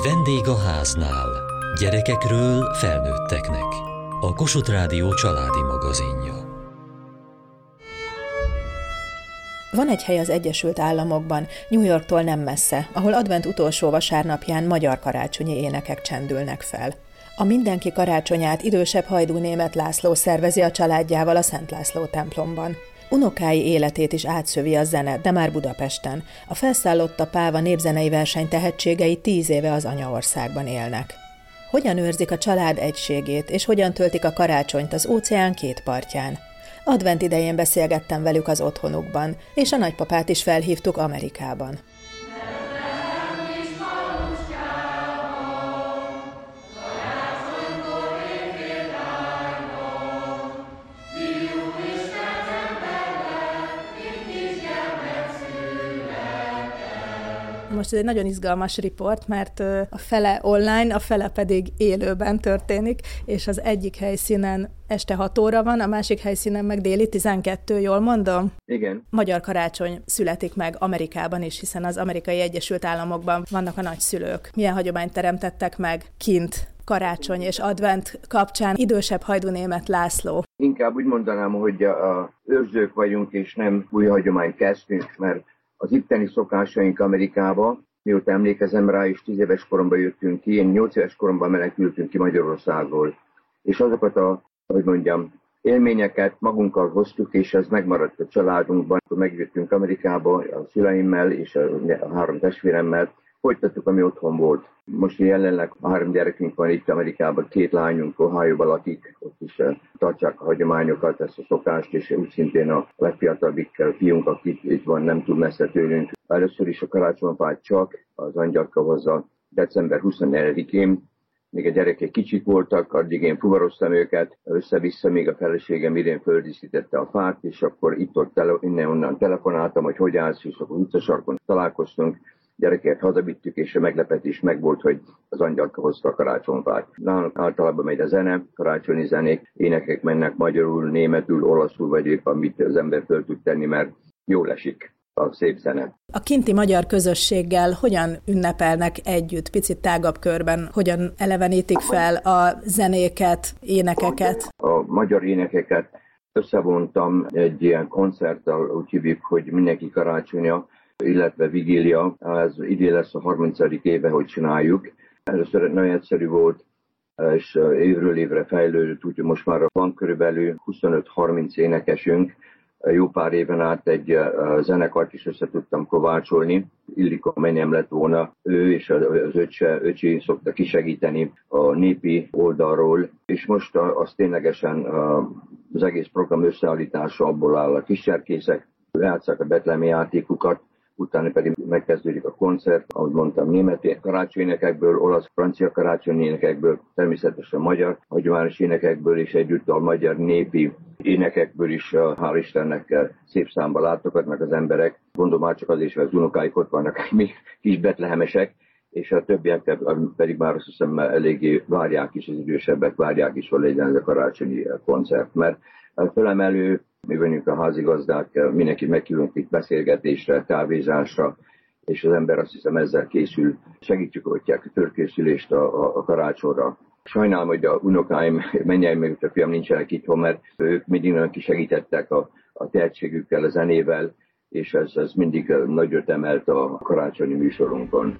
Vendég a háznál. Gyerekekről felnőtteknek. A Kossuth Rádió családi magazinja. Van egy hely az Egyesült Államokban, New Yorktól nem messze, ahol advent utolsó vasárnapján magyar karácsonyi énekek csendülnek fel. A mindenki karácsonyát idősebb Hajdú Németh László szervezi a családjával a Szent László templomban. Unokái életét is átszövi a zene, de már Budapesten. A Felszállotta Páva népzenei verseny tehetségei 10 éve az anyaországban élnek. Hogyan őrzik a család egységét, és hogyan töltik a karácsonyt az óceán két partján? Advent idején beszélgettem velük az otthonukban, és a nagypapát is felhívtuk Amerikában. Most ez egy nagyon izgalmas riport, mert a fele online, a fele pedig élőben történik, és az egyik helyszínen este 6 óra van, a másik helyszínen meg déli 12, jól mondom? Igen. Magyar karácsony születik meg Amerikában is, hiszen az Amerikai Egyesült Államokban vannak a nagyszülők. Milyen hagyományt teremtettek meg kint karácsony és advent kapcsán idősebb Hajdú Németh László? Inkább úgy mondanám, hogy a őrzők vagyunk, és nem új hagyományt kezdtünk, mert az itteni szokásaink Amerikába, mióta emlékezem rá, és 10 éves koromban jöttünk ki, én 8 éves koromban menekültünk ki Magyarországról. És azokat élményeket magunkkal hoztuk, és ez megmaradt a családunkban. Akkor megjöttünk Amerikába a szüleimmel és a 3 testvéremmel, folytattuk, ami otthon volt. Most jelenleg 3 gyerekünk van itt Amerikában, 2 lányunk Ohioban lakik, ott is tartják a hagyományokat, ezt a szokást, és úgy szintén a legfiatalabbik fiunk, aki itt van, nem túl messze tőlünk. Először is a karácsonyfát csak az angyalka hozza december 24-én, még a gyerekek kicsik voltak, addig én fuvaroztam őket, össze-vissza, még a feleségem idén földíszítette a fát, és akkor itt-ott innen-onnan telefonáltam, hogy állsz, és akkor utcasarkon találkoztunk. Gyerekeket hazavittük, és a meglepetés megvolt, hogy az angyalka hozta a karácsonyfát. Nálunk általában megy a zene, karácsonyi zenék, énekek mennek magyarul, németül, olaszul, vagy épp amit az ember föl tud tenni, mert jól esik a szép zene. A kinti magyar közösséggel hogyan ünnepelnek együtt, picit tágabb körben, hogyan elevenítik fel a zenéket, énekeket? A magyar énekeket összevontam egy ilyen koncerttel, úgy hívjuk, hogy mindenki karácsonya, illetve vigília. Ez idén lesz a 30. éve, hogy csináljuk. Először nagyon egyszerű volt, és évről évre fejlődött, úgyhogy most már van körülbelül 25-30 énekesünk. Jó pár éven át egy zenekart is össze tudtam kovácsolni. Ildikó mennyem lett volna, ő és az öcsi szokta kisegíteni a népi oldalról, és most az ténylegesen az egész program összeállítása abból áll, a kiscserkészek játsszák a betlehemi játékukat, utána pedig megkezdődik a koncert, ahogy mondtam, német karácsonyénekekből, olasz, francia karácsonyénekekből, természetesen magyar hagyományos énekekből, és együtt a magyar népi énekekből is, hál' Istennek szép számban látogatnak az emberek. Gondolom már csak azért, hogy az unokáik ott vannak, mi kis betlehemesek, és a többiek pedig már azt hiszem eléggé várják is, az idősebbek várják is, hogy legyen ez a karácsonyi koncert, mert felemelő, mi vagyunk a házigazdák, mindenki meghívunk itt beszélgetésre, kávézásra, és az ember azt hiszem ezzel készül, segítjük a fölkészülést a karácsonyra. Sajnálom, hogy a unokáim, mennyei meg a fiam nincsenek itthon, mert ők mindig nagyon kisegítettek a tehetségükkel, a zenével, és ez mindig nagyot emelt a karácsonyi műsorunkon.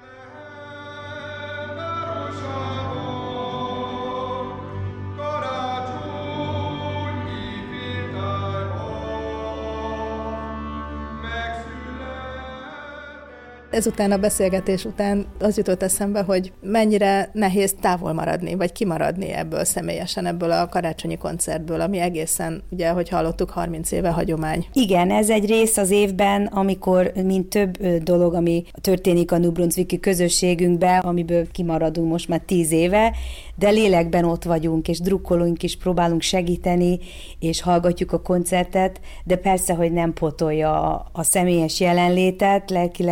Ezután a beszélgetés után az jutott eszembe, hogy mennyire nehéz távol maradni, vagy kimaradni ebből személyesen, ebből a karácsonyi koncertből, ami egészen, ugye, ahogy hallottuk, 30 éve hagyomány. Igen, ez egy rész az évben, amikor mint több dolog, ami történik a New Brunswicki közösségünkben, amiből kimaradunk most már 10 éve, de lélekben ott vagyunk, és drukkolunk is, próbálunk segíteni, és hallgatjuk a koncertet, de persze, hogy nem pótolja a személyes jelenlétet, lelkileg is, meg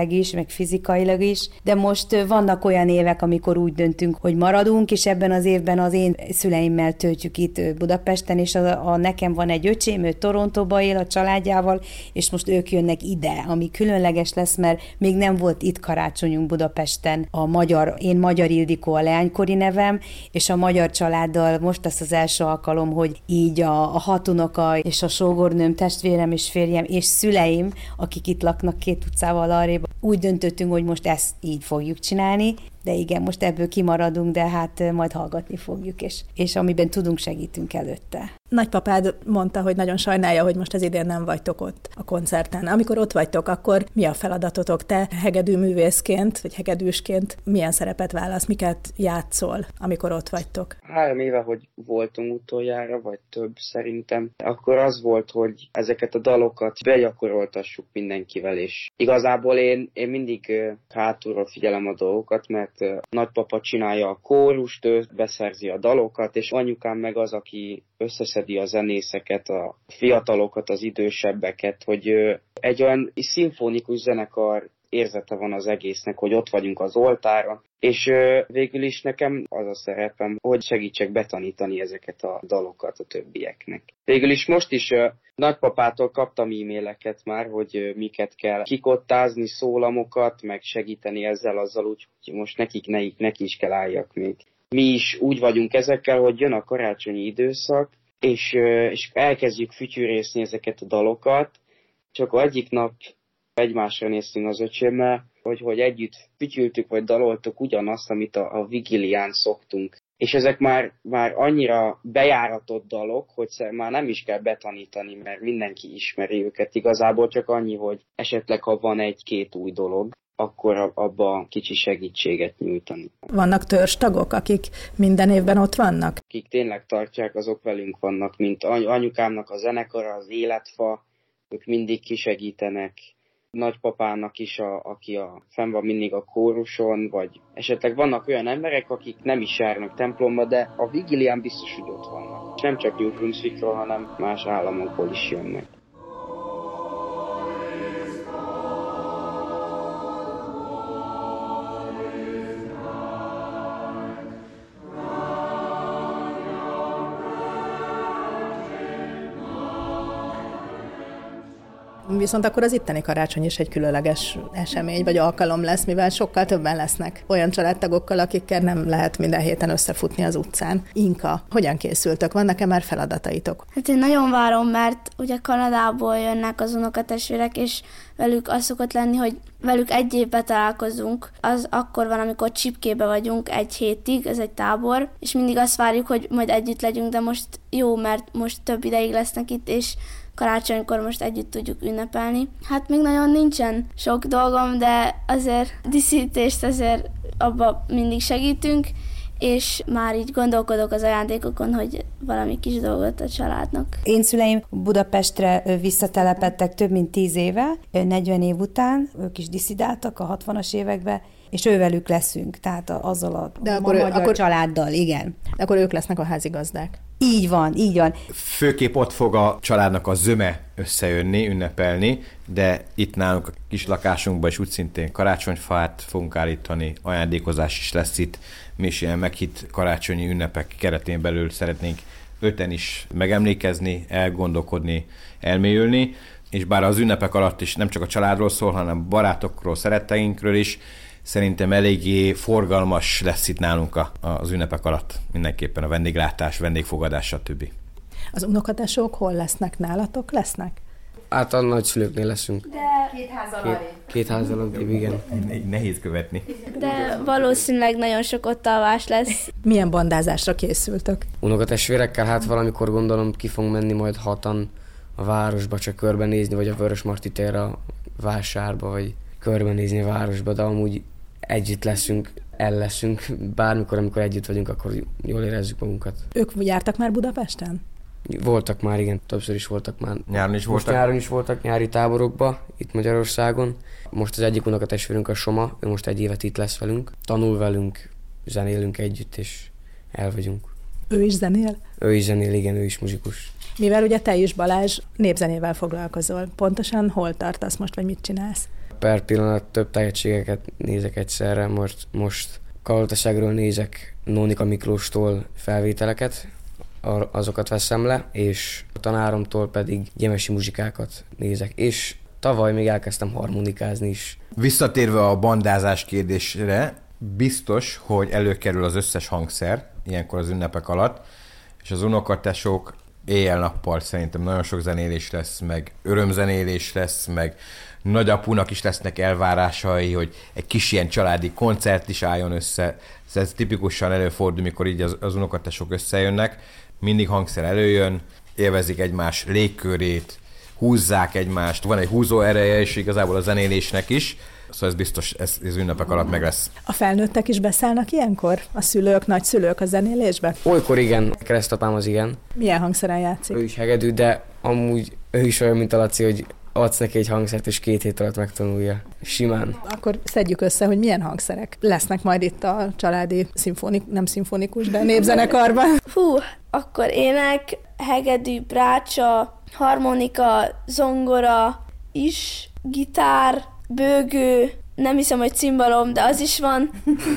meg fizikailag is, de most vannak olyan évek, amikor úgy döntünk, hogy maradunk, és ebben az évben az én szüleimmel töltjük itt Budapesten, és nekem van egy öcsém, ő Torontóba él a családjával, és most ők jönnek ide, ami különleges lesz, mert még nem volt itt karácsonyunk Budapesten. Én Magyar Ildikó a leánykori nevem, és a magyar családdal most lesz az első alkalom, hogy így a 6 unoka és a sógornőm, testvérem és férjem és szüleim, akik itt laknak 2 utcával arrébb, úgy döntöttünk, hogy most ezt így fogjuk csinálni, de igen, most ebből kimaradunk, de hát majd hallgatni fogjuk, és amiben tudunk, segítünk előtte. Nagypapád mondta, hogy nagyon sajnálja, hogy most az idén nem vagytok ott a koncerten. Amikor ott vagytok, akkor mi a feladatotok? Te hegedűművészként, vagy hegedűsként milyen szerepet válasz, miket játszol, amikor ott vagytok? 3 éve, hogy voltunk utoljára, vagy több szerintem, akkor az volt, hogy ezeket a dalokat begyakoroltassuk mindenkivel, és igazából én mindig hátulról figyelem a dolgokat, mert nagypapa csinálja a kórust, ő beszerzi a dalokat, és anyukám meg az, aki összeszedi a zenészeket, a fiatalokat, az idősebbeket, hogy egy olyan szimfonikus zenekar érzete van az egésznek, hogy ott vagyunk az oltáron, és végül is nekem az a szerepem, hogy segítsek betanítani ezeket a dalokat a többieknek. Végül is most is nagypapától kaptam e-maileket már, hogy miket kell kikottázni, szólamokat, meg segíteni ezzel-azzal, úgyhogy most neki is kell álljak még. Mi is úgy vagyunk ezekkel, hogy jön a karácsonyi időszak, és elkezdjük fütyűrészni ezeket a dalokat, csak egyik nap egymásra néztünk az öcsémmel, hogy együtt fütyültük vagy daloltuk ugyanazt, amit a vigilián szoktunk. És ezek már annyira bejáratott dalok, hogy már nem is kell betanítani, mert mindenki ismeri őket. Igazából csak annyi, hogy esetleg ha van 1-2 új dolog, akkor abba kicsi segítséget nyújtani. Vannak törzstagok, akik minden évben ott vannak? Akik tényleg tartják, azok velünk vannak, mint anyukámnak a zenekara, az Életfa, ők mindig kisegítenek. Nagypapának is, aki fenn van mindig a kóruson, vagy esetleg vannak olyan emberek, akik nem is járnak templomba, de a vigilián biztos, hogy ott vannak. És nem csak New Brunswickról, hanem más államokból is jönnek. Viszont akkor az itteni karácsony is egy különleges esemény, vagy alkalom lesz, mivel sokkal többen lesznek olyan családtagokkal, akikkel nem lehet minden héten összefutni az utcán. Inka, hogyan készültök? Vannak-e már feladataitok? Hát én nagyon várom, mert ugye Kanadából jönnek az unokatestvérek, és velük az szokott lenni, hogy velük egy évben találkozunk. Az akkor van, amikor Csipkébe vagyunk 1 hétig, ez egy tábor, és mindig azt várjuk, hogy majd együtt legyünk, de most jó, mert most több ideig lesznek itt, és karácsonykor most együtt tudjuk ünnepelni. Hát még nagyon nincsen sok dolgom, de azért díszítést azért abba mindig segítünk, és már így gondolkodok az ajándékokon, hogy valami kis dolgot a családnak. Én szüleim Budapestre visszatelepedtek több mint 10 éve, 40 év után, ők is diszidáltak a 60-as években, és ővelük leszünk, tehát azzal a magyar családdal, igen. De akkor ők lesznek a házigazdák. Így van, így van. Főképp ott fog a családnak a zöme összejönni, ünnepelni, de itt nálunk a kis lakásunkban is úgy szintén karácsonyfát fogunk állítani, ajándékozás is lesz itt, mi is ilyen meghitt karácsonyi ünnepek keretén belül szeretnénk 5-en is megemlékezni, elgondolkodni, elmélyülni, és bár az ünnepek alatt is nem csak a családról szól, hanem barátokról, szeretteinkről is, szerintem eléggé forgalmas lesz itt nálunk az ünnepek alatt. Mindenképpen a vendéglátás, vendégfogadás, stb. Az unokatesók hol lesznek? Nálatok lesznek? Hát a nagyszülőknél leszünk. De 2 házzal arrébb. 2 házzal arrébb, igen. Nehéz követni. De valószínűleg nagyon sok ott alvás lesz. Milyen bandázásra készültök? Unokatestvérekkel, hát valamikor gondolom ki fogunk menni majd 6-an a városba, csak körbenézni, vagy a Vörösmarty térre a vásárba, vagy körbenézni a városba, de amúgy együtt leszünk, leszünk. Bármikor, amikor együtt vagyunk, akkor jól érezzük magunkat. Ők jártak már Budapesten? Voltak már, igen, többször is voltak már. Nyáron is voltak? Most nyáron is voltak nyári táborokba, itt Magyarországon. Most az egyik unokatestvérünk a Soma, ő most 1 évet itt lesz velünk. Tanul velünk, zenélünk együtt, és el vagyunk. Ő is zenél? Ő is zenél, igen, ő is muzsikus. Mivel ugye te is, Balázs, népzenével foglalkozol. Pontosan hol tartasz most, vagy mit csinálsz? per pillanat több tehetségeket nézek egyszerre. Most Kalotaszságról nézek Nónika Miklóstól felvételeket, azokat veszem le, és a tanáromtól pedig gyemesi muzsikákat nézek. És tavaly még elkezdtem harmonikázni is. Visszatérve a bandázás kérdésre, biztos, hogy előkerül az összes hangszer, ilyenkor az ünnepek alatt, és az unokatesók éjjel-nappal szerintem nagyon sok zenélés lesz, meg örömzenélés lesz, meg nagyapunak is lesznek elvárásai, hogy egy kis ilyen családi koncert is álljon össze. Ez tipikusan előfordul, mikor így az unokatesók összejönnek, mindig hangszer előjön, élvezik egymás légkörét, húzzák egymást, van egy húzó ereje is igazából a zenélésnek is, szóval ez biztos, ez ünnepek alatt meg lesz. A felnőttek is beszállnak ilyenkor? A szülők, nagyszülők a zenélésbe? Olykor igen, keresztapám az igen. Milyen hangszeren játszik? Ő is hegedű, de amúgy ő is olyan, mint a Laci, hogy adsz neki egy hangszert, és 2 hét alatt megtanulja. Simán. Akkor szedjük össze, hogy milyen hangszerek lesznek majd itt a családi nem szimfonikus, de népzenekarban. Akkor ének, hegedű, brácsa, harmonika, zongora is, gitár, bőgő, nem hiszem, hogy cimbalom, de az is van.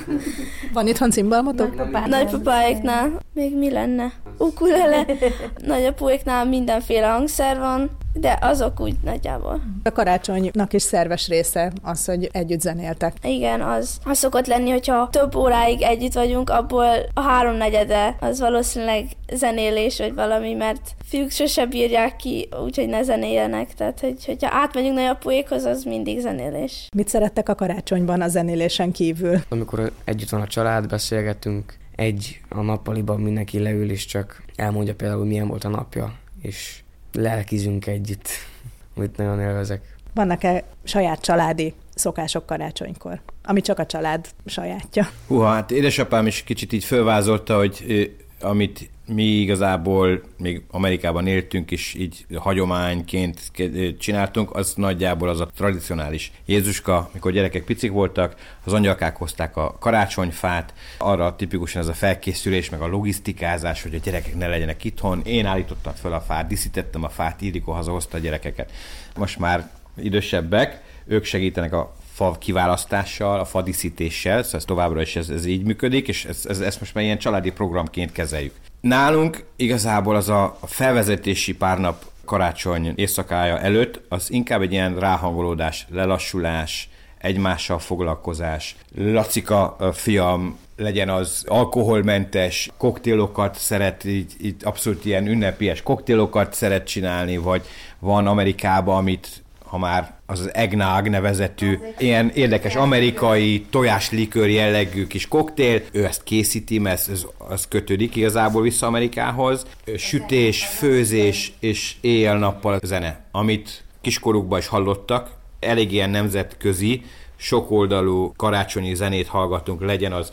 Van itthon cimbalmotok? Nagypapáiknál. Még mi lenne? Ukulele. Nagyapóiknál mindenféle hangszer van, de azok úgy nagyjából. A karácsonynak is szerves része az, hogy együtt zenéltek. Igen, az szokott lenni, hogyha több óráig együtt vagyunk, abból a 3/4 az valószínűleg zenélés vagy valami, mert fiúk sose bírják ki, úgyhogy ne zenéljenek. Tehát, hogyha átmegyünk nagyapóékhoz, az mindig zenélés. Mit szerettek a karácsonyban a zenélésen kívül? Amikor együtt van a család, beszélgetünk, a nappaliban mindenki leül, és csak elmondja például, milyen volt a napja, és lelkizünk együtt, amit nagyon élvezek. Vannak-e saját családi szokások karácsonykor, ami csak a család sajátja? Hát édesapám is kicsit így fölvázolta, hogy amit mi igazából még Amerikában éltünk, és így hagyományként csináltunk, az nagyjából az a tradicionális Jézuska, mikor gyerekek picik voltak, az angyalkák hozták a karácsonyfát, arra tipikusan ez a felkészülés, meg a logisztikázás, hogy a gyerekek ne legyenek itthon. Én állítottam fel a fát, díszítettem a fát, Ildikó hazahozta a gyerekeket. Most már idősebbek, ők segítenek a fa kiválasztással, a fadíszítéssel, szóval ez továbbra is ez így működik, és ezt most már ilyen családi programként kezeljük. Nálunk igazából az a felvezetési pár nap karácsony éjszakája előtt, az inkább egy ilyen ráhangolódás, lelassulás, egymással foglalkozás. Lacika fiam legyen az alkoholmentes koktélokat szeret, így abszolút ilyen ünnepélyes koktélokat szeret csinálni, vagy van Amerikában, amit ha már az eggnog nevezetű, ilyen érdekes amerikai tojáslikőr jellegű kis koktél, ő ezt készíti, mert az kötődik igazából vissza Amerikához. Sütés, főzés és éjjel-nappal zene, amit kiskorukban is hallottak, elég ilyen nemzetközi, sokoldalú karácsonyi zenét hallgatunk, legyen az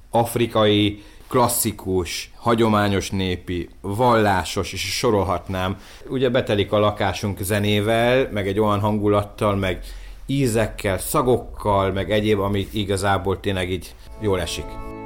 afrikai, klasszikus, hagyományos népi, vallásos, és sorolhatnám. Ugye betelik a lakásunk zenével, meg egy olyan hangulattal, meg ízekkel, szagokkal, meg egyéb, ami igazából tényleg így jól esik.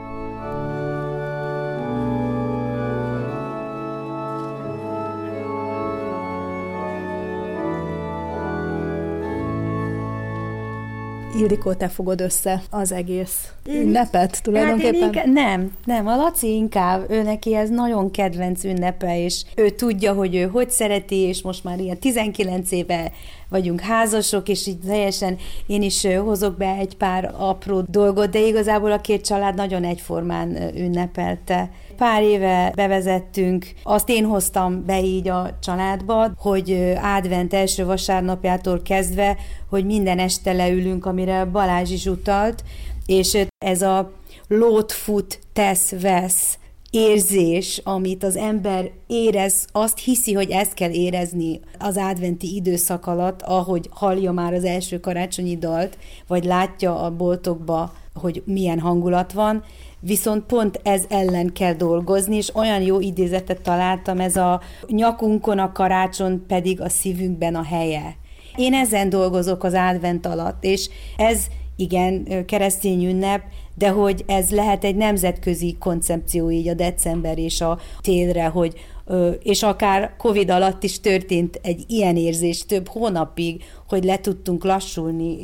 Ildikó, te fogod össze az egész ünnepet tulajdonképpen? Hát nem, a Laci inkább, ő neki ez nagyon kedvenc ünnepe, és ő tudja, hogy ő hogy szereti, és most már ilyen 19 éve vagyunk házasok, és így teljesen én is hozok be egy pár apró dolgot, de igazából a két család nagyon egyformán ünnepelte. Pár éve bevezettünk, azt én hoztam be így a családba, hogy advent első vasárnapjától kezdve, hogy minden este leülünk, amire Balázs is utalt, és ez a lót, fut, tesz, vesz érzés, amit az ember érez, azt hiszi, hogy ezt kell érezni az adventi időszak alatt, ahogy hallja már az első karácsonyi dalt, vagy látja a boltokba, hogy milyen hangulat van, viszont pont ez ellen kell dolgozni, és olyan jó idézetet találtam, ez a nyakunkon a karácsony pedig a szívünkben a helye. Én ezen dolgozok az advent alatt, és ez igen, keresztény ünnep, de hogy ez lehet egy nemzetközi koncepció így a december és a télre, hogy és akár Covid alatt is történt egy ilyen érzés több hónapig, hogy le tudtunk lassulni,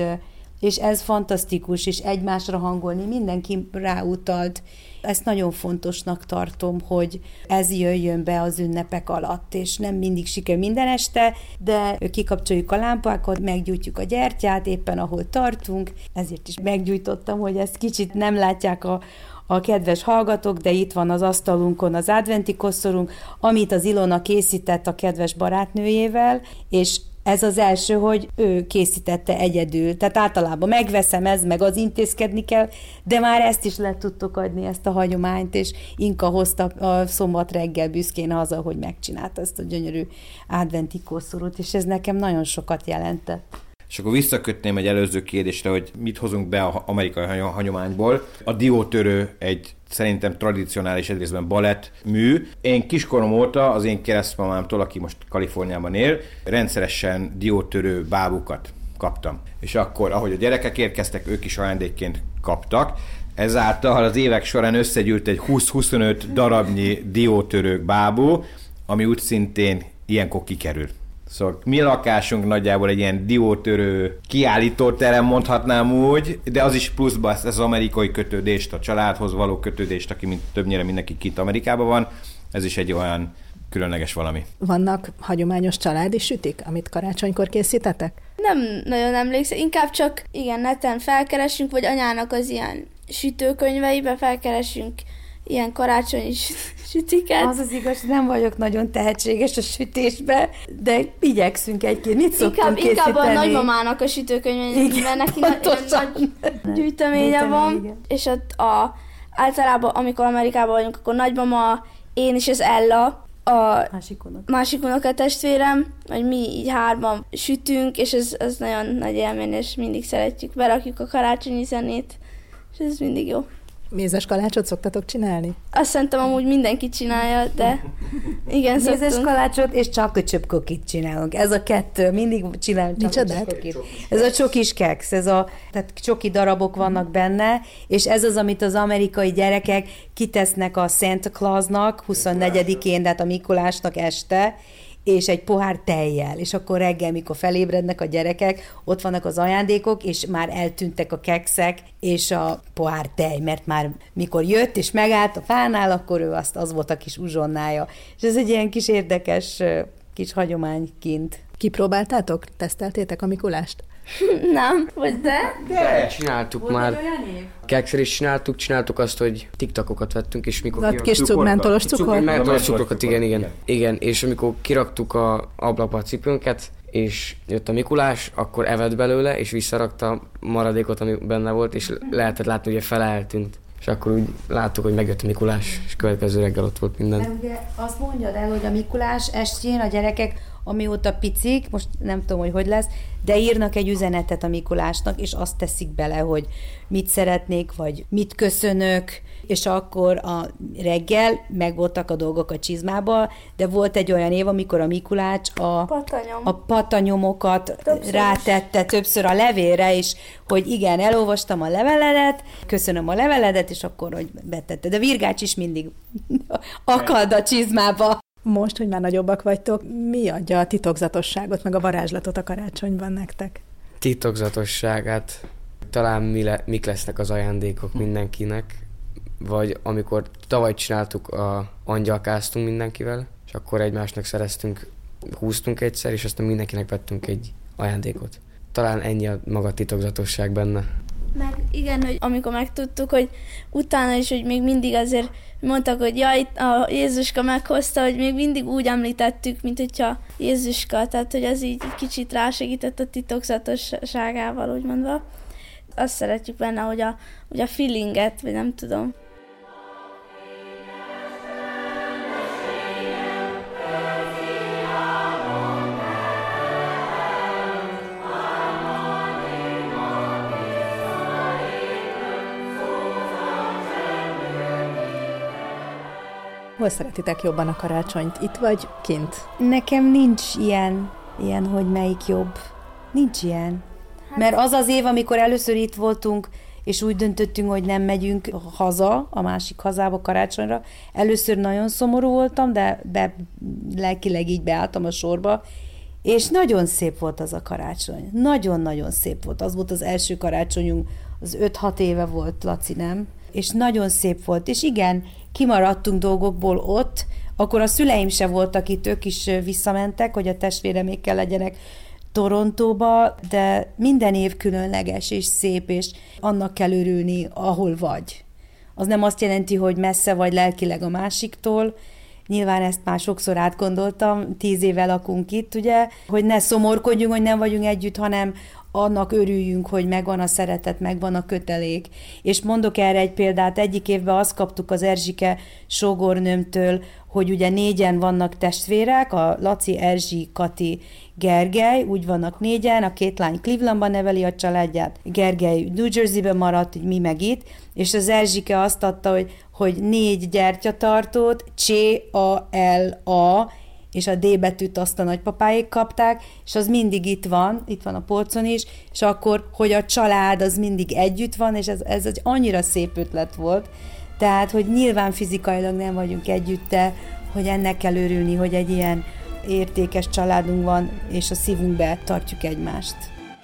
és ez fantasztikus, és egymásra hangolni, mindenki ráutalt. Ezt nagyon fontosnak tartom, hogy ez jöjjön be az ünnepek alatt, és nem mindig sikerül minden este, de kikapcsoljuk a lámpákat, meggyújtjuk a gyertyát, éppen ahol tartunk, ezért is meggyújtottam, hogy ezt kicsit nem látják a kedves hallgatók, de itt van az asztalunkon az adventi koszorunk, amit az Ilona készített a kedves barátnőjével, és ez az első, hogy ő készítette egyedül. Tehát általában megveszem meg az intézkedni kell, de már ezt is le tudtuk adni, ezt a hagyományt, és Inka hozta a szombat reggel büszkén haza, hogy megcsinálta ezt a gyönyörű adventi koszorút, és ez nekem nagyon sokat jelentett. És akkor visszakötném egy előző kérdésre, hogy mit hozunk be az amerikai hagyományból. A diótörő egy szerintem tradicionális, egyrészben balett mű. Én kiskorom óta az én keresztmamámtól, aki most Kaliforniában él, rendszeresen diótörő bábukat kaptam. És akkor, ahogy a gyerekek érkeztek, ők is ajándékként kaptak. Ezáltal az évek során összegyűlt egy 20-25 darabnyi diótörő bábú, ami úgy szintén ilyenkor kikerül. Szóval mi lakásunk nagyjából egy ilyen diótörő kiállítóterem, mondhatnám úgy, de az is pluszban ez az amerikai kötődést, a családhoz való kötődést, aki többnyire mindenki kint Amerikában van, ez is egy olyan különleges valami. Vannak hagyományos családi sütik, amit karácsonykor készítetek? Nem nagyon emlékszem, inkább csak igen, neten felkeresünk, vagy anyának az ilyen sütőkönyveibe felkeresünk ilyen karácsonyi sütiket. Az az igaz, hogy nem vagyok nagyon tehetséges a sütésbe, de igyekszünk egy-két. Mit szoktunk készíteni? Inkább a nagymamának a sütőkönyvben, neki nagy gyűjteménye van, igen. És ott általában, amikor Amerikában vagyunk, akkor nagymama, én és az Ella, a másik unokatestvérem, vagy mi így hárman sütünk, és ez nagyon nagy élmény, és mindig szeretjük, berakjuk a karácsonyi zenét, és ez mindig jó. Mézes kalácsot szoktatok csinálni? Azt szerintem amúgy mindenki csinálja, de igen, szoktunk. Mézes kalácsot és chocolate chip cookie-t csinálunk. Ez a kettő, mindig csinálunk chocolate chip cookie-t. Ez a csokis keks, tehát csoki darabok vannak benne, és ez az, amit az amerikai gyerekek kitesznek a Santa Clausnak 24-én, tehát a Mikulásnak este, és egy pohár tejjel, és akkor reggel, mikor felébrednek a gyerekek, ott vannak az ajándékok, és már eltűntek a kekszek, és a pohár tej, mert már mikor jött, és megállt a fánál, akkor ő az volt a kis uzsonnája. És ez egy ilyen kis érdekes kis hagyománykint. Kipróbáltátok? Teszteltétek a Mikulást? Nem, vagy de? De csináltuk volt már. Kekszer is csináltuk azt, hogy tiktakokat vettünk, és mikor kis mentholos cukor? Mentholos cukrokat, igen. És amikor kiraktuk a ablakba a cipőnket, és jött a Mikulás, akkor evett belőle, és visszarakta a maradékot, ami benne volt, és lehetett látni, hogy fele eltűnt. És akkor úgy láttuk, hogy megjött a Mikulás, és következő reggel ott volt minden. De ugye azt mondjad el, hogy a Mikulás estjén a gyerekek, amióta picik, most nem tudom, hogy lesz, de írnak egy üzenetet a Mikulásnak, és azt teszik bele, hogy mit szeretnék, vagy mit köszönök, és akkor a reggel megvoltak a dolgok a csizmába, de volt egy olyan év, amikor a Mikulás a patanyomokat rátette többször a levélre, és hogy igen, elolvastam a leveledet, köszönöm a leveledet, és akkor, hogy betette. De Virgács is mindig akad a csizmába. Most, hogy már nagyobbak vagytok, mi adja a titokzatosságot, meg a varázslatot a karácsonyban nektek? Titokzatosságát talán mik lesznek az ajándékok mindenkinek, vagy amikor tavaly csináltuk, angyalkáztunk mindenkivel, és akkor egymásnak húztunk egyszer, és aztán mindenkinek vettünk egy ajándékot. Talán ennyi a maga titokzatosság benne. Meg igen, hogy amikor megtudtuk, hogy utána is, hogy még mindig azért mondtak, hogy jaj, a Jézuska meghozta, hogy még mindig úgy említettük, mint hogyha Jézuska, tehát hogy ez így kicsit rásegített a titokzatosságával, úgy mondva. Azt szeretjük benne, hogy a feelinget, vagy nem tudom. Hol szeretitek jobban a karácsonyt? Itt vagy kint? Nekem nincs ilyen, hogy melyik jobb. Nincs ilyen. Mert az az év, amikor először itt voltunk, és úgy döntöttünk, hogy nem megyünk haza, a másik hazába karácsonyra. Először nagyon szomorú voltam, de lelkileg így beálltam a sorba, és nagyon szép volt az a karácsony. Nagyon-nagyon szép volt. Az volt az első karácsonyunk, az 5-6 éve volt, Laci, nem? És nagyon szép volt. És igen, kimaradtunk dolgokból ott, akkor a szüleim se voltak itt, ők is visszamentek, hogy a testvéremékkel legyenek Torontóba, de minden év különleges és szép, és annak kell örülni, ahol vagy. Az nem azt jelenti, hogy messze vagy lelkileg a másiktól. Nyilván ezt már sokszor átgondoltam, 10 éve lakunk itt, ugye, hogy ne szomorkodjunk, hogy nem vagyunk együtt, hanem annak örüljünk, hogy megvan a szeretet, megvan a kötelék. És mondok erre egy példát, egyik évben azt kaptuk az Erzsike sógornőmtől, hogy ugye 4-en vannak testvérek, a Laci, Erzsi, Kati, Gergely, úgy vannak 4-en, a 2 lány Clevelandban neveli a családját, Gergely New Jerseyben maradt, mi meg itt, és az Erzsike azt adta, hogy 4 gyertyatartót, C-A-L-A, és a D betűt azt a nagypapáik kapták, és az mindig itt van a polcon is, és akkor, hogy a család az mindig együtt van, és ez egy annyira szép ötlet volt, tehát, hogy nyilván fizikailag nem vagyunk együtt, de hogy ennek kell örülni, hogy egy ilyen értékes családunk van, és a szívünkbe tartjuk egymást.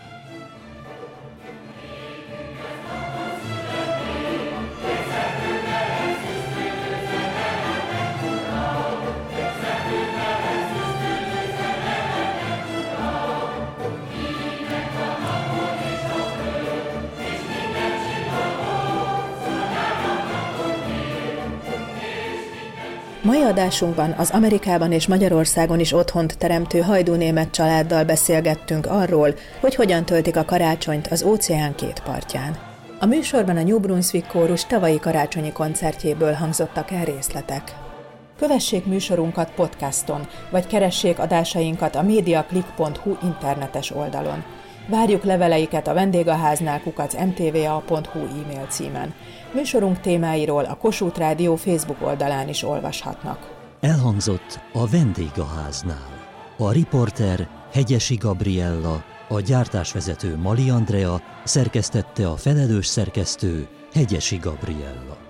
Mai adásunkban az Amerikában és Magyarországon is otthont teremtő hajdú-német családdal beszélgettünk arról, hogy hogyan töltik a karácsonyt az óceán két partján. A műsorban a New Brunswick kórus tavalyi karácsonyi koncertjéből hangzottak el részletek. Kövessék műsorunkat podcaston, vagy keressék adásainkat a mediaclick.hu internetes oldalon. Várjuk leveleiket a vendégháznál @mtva.hu e-mail címen. Műsorunk témáiról a Kossuth Rádió Facebook oldalán is olvashatnak. Elhangzott a vendégháznál. A riporter Hegyesi Gabriella, a gyártásvezető Mali Andrea, szerkesztette a felelős szerkesztő Hegyesi Gabriella.